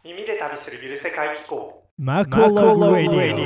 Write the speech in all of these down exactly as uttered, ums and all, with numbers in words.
耳で旅するゆる世界機構マコログレディ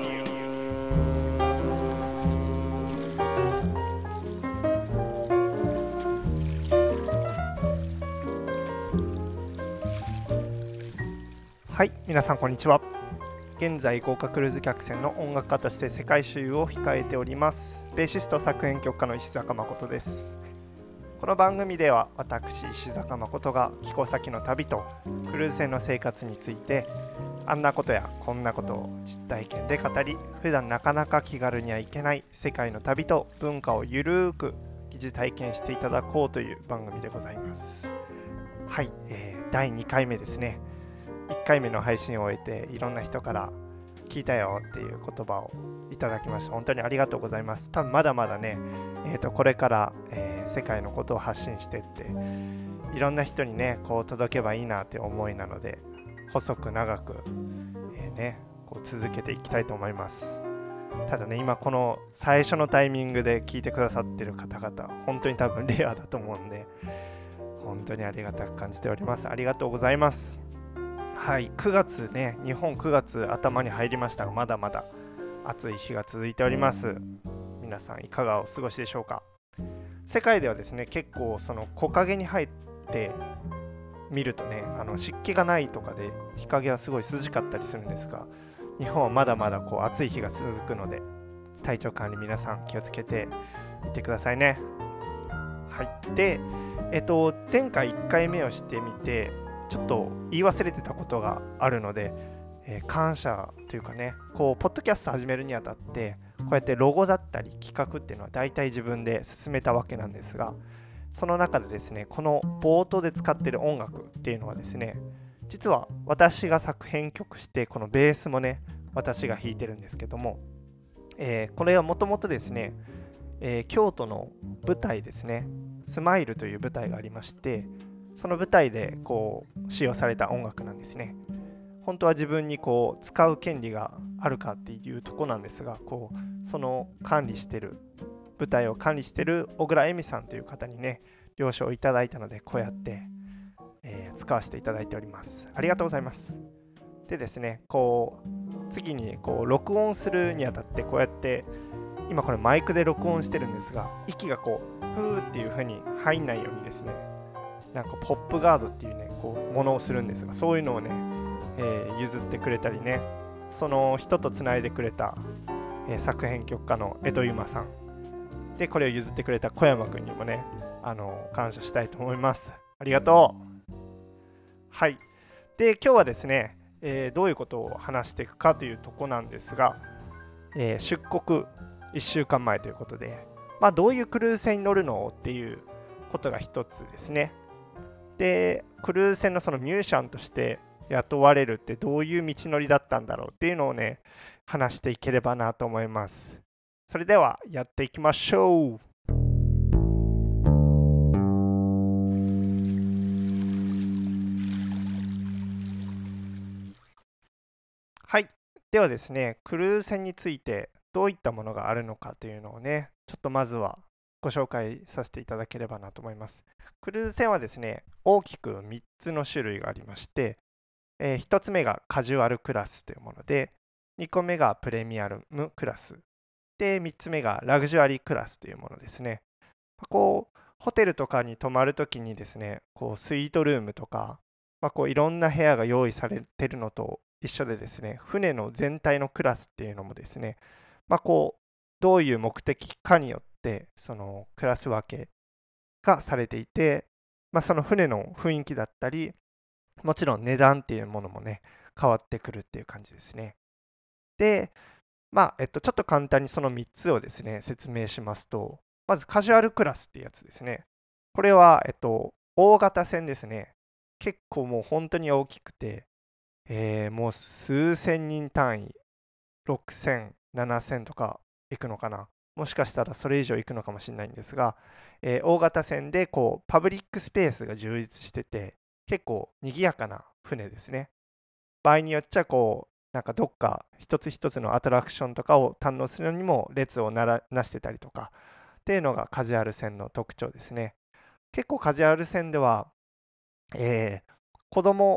オ。はい、皆さんこんにちは。現在豪華クルーズ客船の音楽家として世界周遊を控えておりますベーシスト作編曲家の石坂誠です。この番組では私石坂誠が寄港先の旅とクルーズ船の生活についてあんなことやこんなことを実体験で語り、普段なかなか気軽には行けない世界の旅と文化をゆるーく疑似体験していただこうという番組でございます。はい、えー、だいにかいめですね。いっかいめの配信を終えていろんな人から聞いたよっていう言葉をいただきました。本当にありがとうございます。多分まだまだね、えー、とこれから、えー世界のことを発信してっていろんな人にねこう届けばいいなって思いなので、細く長く、えーね、こう続けていきたいと思います。ただね、今この最初のタイミングで聞いてくださってる方々本当に多分レアだと思うんで、本当にありがたく感じております。ありがとうございます。はい、くがつね、日本くがつ頭に入りましたが、まだまだ暑い日が続いております。皆さんいかがお過ごしでしょうか。世界ではですね、結構その木陰に入って見るとね、あの湿気がないとかで日陰はすごい涼しかったりするんですが、日本はまだまだこう暑い日が続くので、体調管理皆さん気をつけていってくださいね。はい。で、えっと、前回いっかいめをしてみて、ちょっと言い忘れてたことがあるので、えー感謝というかね、こう、ポッドキャスト始めるにあたって、こうやってロゴだったり企画っていうのは大体自分で進めたわけなんですが、その中でですね、この冒頭で使っている音楽っていうのはですね、実は私が作編曲して、このベースもね、私が弾いてるんですけども、えーこれはもともとですね、えー京都の舞台ですね、スマイルという舞台がありまして、その舞台でこう使用された音楽なんですね。本当は自分にこう使う権利があるかっていうとこなんですが、こうその管理してる舞台を管理してる小倉恵美さんという方にね了承いただいたので、こうやって、えー使わせていただいております。ありがとうございます。でですね、こう次にこう録音するにあたって、こうやって今これマイクで録音してるんですが、息がこうふーっていう風に入んないようにですね、なんかポップガードっていうねこうものをするんですが、そういうのをね、えー譲ってくれたりね、その人とつないでくれた、えー作編曲家の江戸ゆまさんで、これを譲ってくれた小山くんにもね、あの感謝したいと思います。ありがとう。はい。で、今日はですね、えーどういうことを話していくかというとこなんですが、えー出国いっしゅうかんまえということで、まあ、どういうクルーズ船に乗るのっていうことが一つですね。で、クルーズ船のそのミュージシャンとして雇われるってどういう道のりだったんだろうっていうのをね、話していければなと思います。それではやっていきましょう。はい。ではですね、クルーズ船についてどういったものがあるのかというのをね、ちょっとまずはご紹介させていただければなと思います。クルーズ船はですね、大きくみっつの種類がありまして、えーひとつめがカジュアルクラスというもので、にこめがプレミアムクラス、で、みっつめがラグジュアリークラスというものですね。こう、ホテルとかに泊まるときにですね、こうスイートルームとか、まあ、こういろんな部屋が用意されているのと一緒でですね、船の全体のクラスっていうのもですね、まあ、こう、どういう目的かによって、そのクラス分けがされていて、まあ、その船の雰囲気だったり、もちろん値段っていうものもね、変わってくるっていう感じですね。で、まあ、えっと、ちょっと簡単にそのみっつをですね、説明しますと、まずカジュアルクラスっていうやつですね。これは、えっと、大型船ですね。結構もう本当に大きくて、えーもう数千人単位、ろくせん、ななせんとか行くのかな。もしかしたらそれ以上行くのかもしれないんですが、えー大型船でこうパブリックスペースが充実してて、結構賑やかな船ですね。場合によっちゃこう、なんかどっか一つ一つのアトラクションとかを堪能するのにも列をならなしてたりとかっていうのがカジュアル船の特徴ですね。結構カジュアル船では、えー子供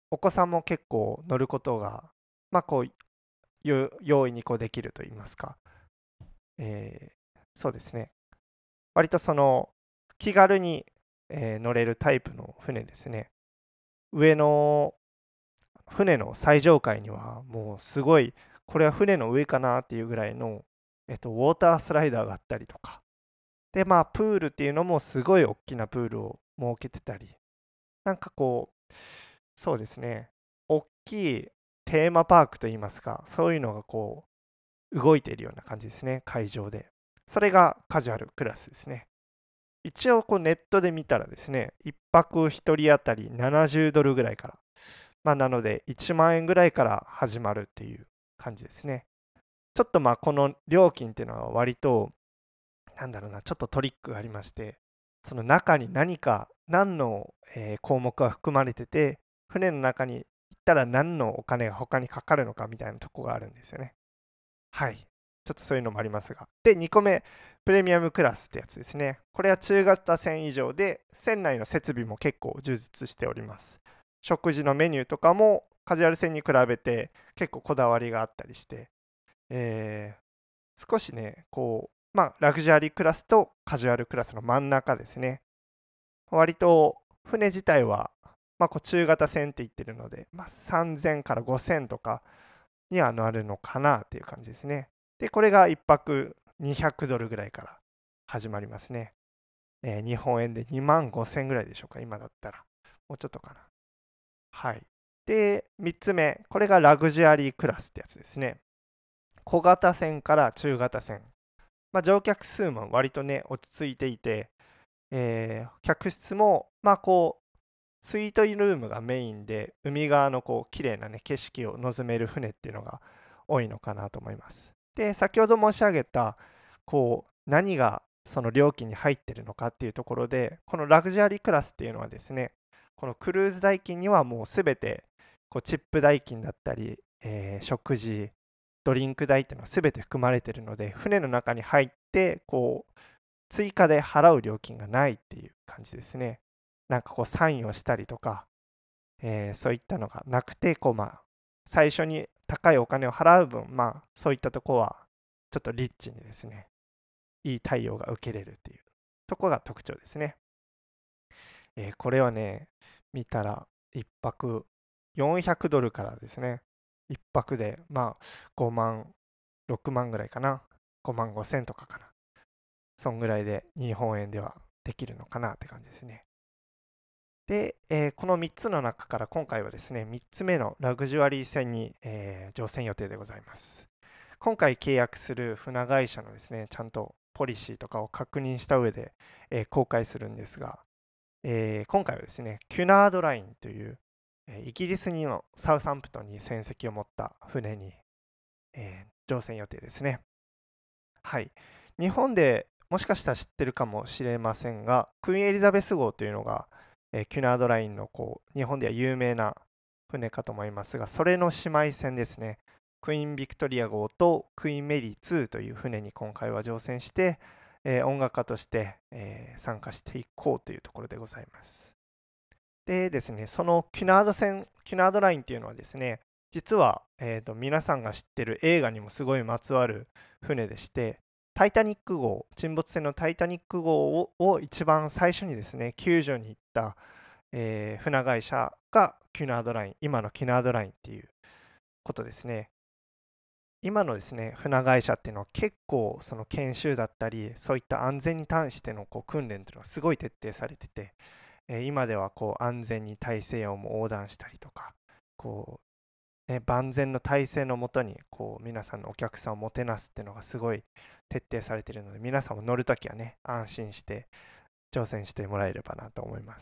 お子さんも結構乗ることが、まあ、こうよ容易にこうできると言いますか、えーそうですね。割とその気軽に、えー乗れるタイプの船ですね。上の船の最上階にはもうすごい、これは船の上かなっていうぐらいの、えっと、ウォータースライダーがあったりとか、で、まあ、プールっていうのもすごい大きなプールを設けてたり、なんかこう、そうですね、大きいテーマパークといいますか、そういうのがこう、動いているような感じですね、会場で。それがカジュアルクラスですね。一応こうネットで見たらですね、いっぱくひとり当たりななじゅうドルぐらいから、まあ、なのでいちまん円ぐらいから始まるっていう感じですね。ちょっとまあこの料金っていうのは割と、なんだろうな、ちょっとトリックがありまして、その中に何か、何の、えー項目が含まれてて、船の中に行ったら何のお金が他にかかるのかみたいなとこがあるんですよね。はい。ちょっとそういうのもありますが。で、にこめ、プレミアムクラスってやつですね。これは中型船以上で、船内の設備も結構充実しております。食事のメニューとかもカジュアル船に比べて結構こだわりがあったりして、えー少しね、こう、まあ、ラグジュアリークラスとカジュアルクラスの真ん中ですね。割と船自体は、まあ、こう中型船って言ってるので、まあ、さんぜんからごせんとかにはなるのかなっていう感じですね。で、これがいっぱくにひゃくドルぐらいから始まりますね。えー日本円でにまんごせんぐらいでしょうか、今だったら。もうちょっとかな。はい。で、みっつめ、これがラグジュアリークラスってやつですね。小型船から中型船。まあ、乗客数も割とね、落ち着いていて、えー客室も、まあこう、スイートルームがメインで、海側のこう綺麗なね、景色を望める船っていうのが多いのかなと思います。で、先ほど申し上げた、こう、何がその料金に入ってるのかっていうところで、このラグジュアリークラスっていうのはですね、このクルーズ代金にはもうすべて、こうチップ代金だったり、えー食事、ドリンク代っていうのはすべて含まれているので、船の中に入って、こう、追加で払う料金がないっていう感じですね。なんかこうサインをしたりとか、えーそういったのがなくて、こうまあ、最初に高いお金を払う分、まあ、そういったところは、ちょっとリッチにですね、いい対応が受けれるっていうところが特徴ですね。えーこれはね、見たらいっぱくよんひゃくドルからですね、いっぱくで、まあ、ごまん、ろくまんぐらいかな。ごまんごせんとかかな。そんぐらいで日本円ではできるのかなって感じですね。で、えーこのみっつの中から今回はですね、みっつめのラグジュアリー船に、えー乗船予定でございます。今回契約する船会社のですね、ちゃんとポリシーとかを確認した上で、えー公開するんですが、えー今回はですね、キュナードラインという、えーイギリスにのサウサンプトンに船籍を持った船に、えー乗船予定ですね。はい。日本でもしかしたら知ってるかもしれませんが、クイーンエリザベス号というのが、えーキュナードラインのこう日本では有名な船かと思いますが、それの姉妹船ですね。クイーンビクトリア号とクイーンメリーツーという船に今回は乗船して、えー音楽家として、えー参加していこうというところでございます。でですね、そのキュナード船、キュナードラインっていうのはですね、実は、えーと皆さんが知ってる映画にもすごいまつわる船でして、タイタニック号、沈没船のタイタニック号をを一番最初にですね、救助に行った、えー船会社がキュナードライン、今のキュナードラインっていうことですね。今のですね、船会社っていうのは結構その研修だったり、そういった安全に対してのこう訓練っていうのがすごい徹底されてて、えー今ではこう安全に大西洋も横断したりとか、こう、ね、万全の体制のもとにこう皆さんのお客さんをもてなすっていうのがすごい徹底されているので、皆さんも乗るときはね、安心して挑戦してもらえればなと思います。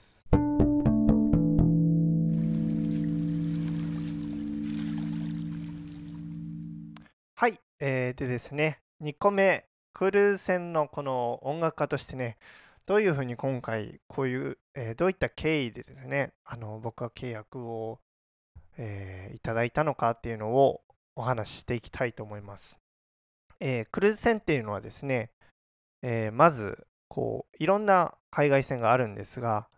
はい、えーでですね、にこめ、クルーズ船のこの音楽家としてね、どういうふうに今回、こういう、えーどういった経緯でですね、あの僕は契約を、えーいただいたのかっていうのをお話ししていきたいと思います。えークルーズ船っていうのはですね、えーまず、こう、いろんな海外線があるんですが、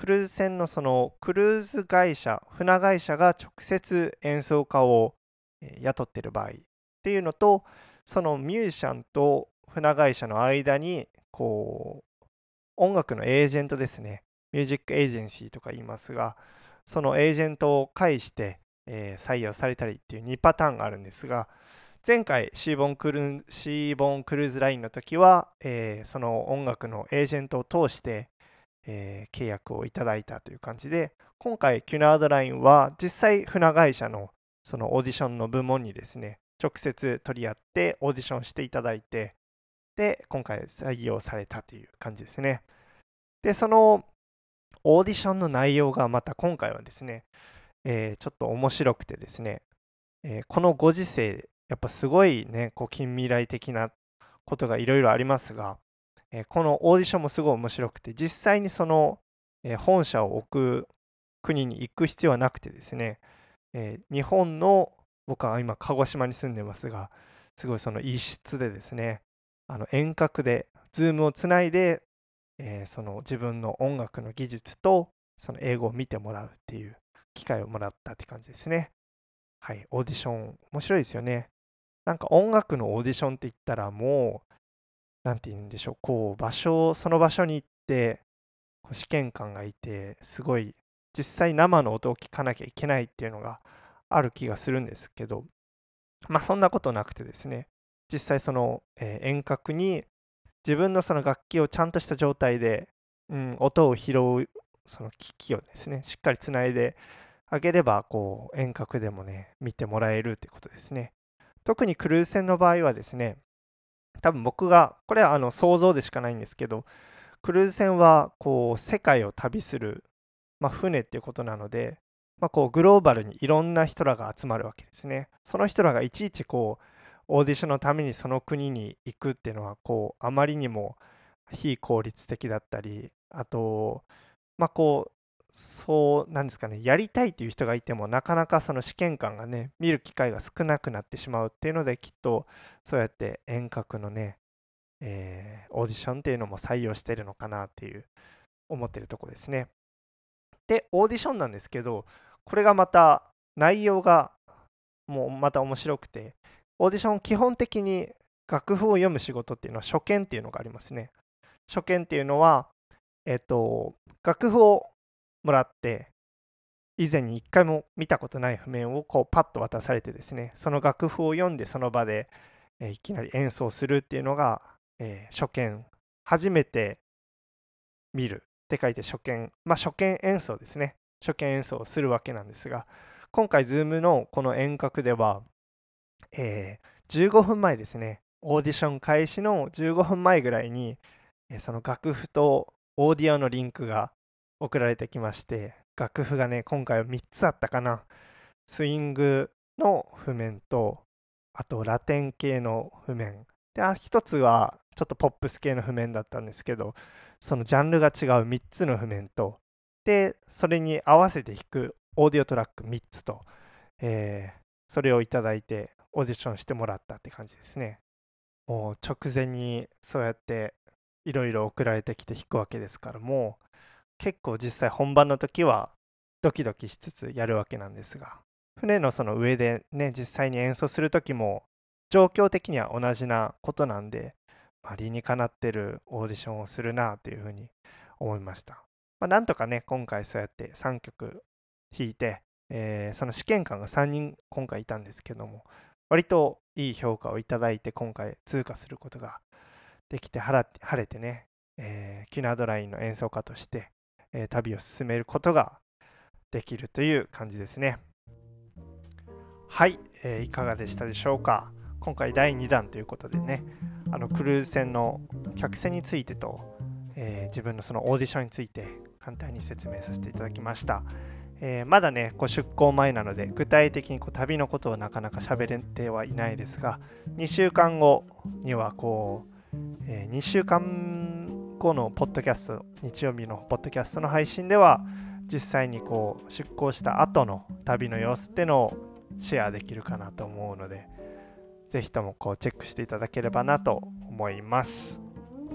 クルーズ船のそのクルーズ会社、船会社が直接演奏家をえー雇っている場合っていうのと、そのミュージシャンと船会社の間にこう音楽のエージェントですね、ミュージックエージェンシーとか言いますが、そのエージェントを介して、えー採用されたりっていうにパターンがあるんですが、前回シーボンクルーシーボンクルーズラインの時は、えーその音楽のエージェントを通して、えー契約をいただいたという感じで、今回キュナードラインは実際船会社のそのオーディションの部門にですね、直接取り合ってオーディションしていただいて、で、今回採用されたという感じですね。で、そのオーディションの内容がまた今回はですね、えーちょっと面白くてですね、えーこのご時世、やっぱすごいね、こう近未来的なことがいろいろありますが、えーこのオーディションもすごい面白くて、実際にその、えー本社を置く国に行く必要はなくてですね、えー日本の、僕は今鹿児島に住んでますが、すごいその一室でですね、あの遠隔で、ズームをつないで、えーその自分の音楽の技術とその英語を見てもらうっていう機会をもらったって感じですね。はい、オーディション、面白いですよね。なんか音楽のオーディションって言ったらもう、なんて言うんでしょう、こう場所、その場所に行って、こう試験官がいて、すごい実際生の音を聞かなきゃいけないっていうのがある気がするんですけど、まあそんなことなくてですね、実際その、えー遠隔に自分のその楽器をちゃんとした状態で、うん、音を拾うその機器をですね、しっかりつないであげれば、こう遠隔でもね、見てもらえるってことですね。特にクルーズ船の場合はですね、多分僕が、これはあの想像でしかないんですけど、クルーズ船はこう世界を旅する、まあ、船っていうことなので、まあ、こうグローバルにいろんな人らが集まるわけですね。その人らがいちいちこうオーディションのためにその国に行くっていうのはこうあまりにも非効率的だったり、あと、まあこう、そうなんですかね、やりたいっていう人がいてもなかなかその試験官がね、見る機会が少なくなってしまうっていうので、きっとそうやって遠隔のね、えーオーディションっていうのも採用してるのかなっていう思ってるとこですね。で、オーディションなんですけど、これがまた内容がもうまた面白くて、オーディション基本的に楽譜を読む仕事っていうのは初見っていうのがありますね。初見っていうのは、えっと、楽譜をもらって、以前に一回も見たことない譜面をこうパッと渡されてですね、その楽譜を読んでその場で、えーいきなり演奏するっていうのが、えー初見、初めて見るって書いて初見、まあ初見演奏ですね。初見演奏をするわけなんですが、今回 Zoom のこの遠隔では、えーじゅうごふんまえですね、オーディション開始のじゅうごふんまえぐらいに、えーその楽譜とオーディオのリンクが送られてきまして、楽譜がね、今回はみっつあったかな。スイングの譜面と、あとラテン系の譜面。で、あ一つはちょっとポップス系の譜面だったんですけど、そのジャンルが違うみっつの譜面と、で、それに合わせて弾くオーディオトラックみっつと、えーそれをいただいてオーディションしてもらったって感じですね。もう直前にそうやっていろいろ送られてきて弾くわけですから、もう結構実際本番の時はドキドキしつつやるわけなんですが、船のその上でね、実際に演奏する時も状況的には同じなことなんで、まあ、理にかなってるオーディションをするなというふうに思いました。まあ、なんとかね、今回そうやってさんきょく弾いて、えーその試験官がさんにん今回いたんですけども、割といい評価をいただいて今回通過することができて晴ら晴れてね、えーキュナードラインの演奏家として、えー旅を進めることができるという感じですね。はい、えーいかがでしたでしょうか。今回だいにだんということでね、あのクルーズ船の客船についてと、えー自分のそのオーディションについて簡単に説明させていただきました。えーまだね、こう出港前なので、具体的にこう旅のことをなかなか喋れてはいないですが、にしゅうかんごにはこう、えーにしゅうかんごのポッドキャスト、日曜日のポッドキャストの配信では、実際にこう出港した後の旅の様子ってのをシェアできるかなと思うので、ぜひともこうチェックしていただければなと思います。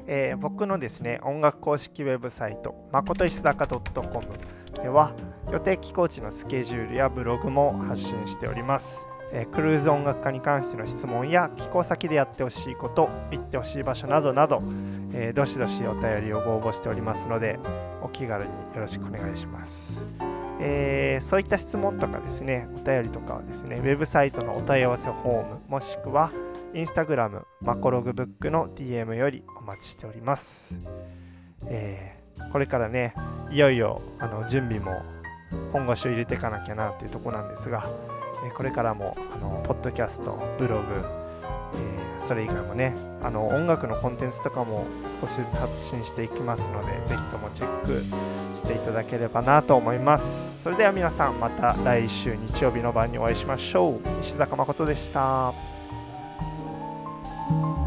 えー僕のですね、音楽公式ウェブサイト、まこと石坂 .com では、予定寄港地のスケジュールやブログも発信しております。えークルーズ音楽家に関しての質問や寄港先でやってほしいこと、行ってほしい場所などなど、えーどしどしお便りをご応募しておりますので、お気軽によろしくお願いします。えーそういった質問とかですね、お便りとかはですね、ウェブサイトのお問い合わせフォーム、もしくはインスタグラムマコログブックの ディーエム よりお待ちしております。えーこれからね、いよいよあの準備も本腰を入れていかなきゃなというところなんですが、えーこれからもあのポッドキャスト、ブログ、えーそれ以外もね、あの音楽のコンテンツとかも少しずつ発信していきますので、ぜひともチェックしていただければなと思います。それでは皆さん、また来週日曜日の晩にお会いしましょう。石坂誠でした。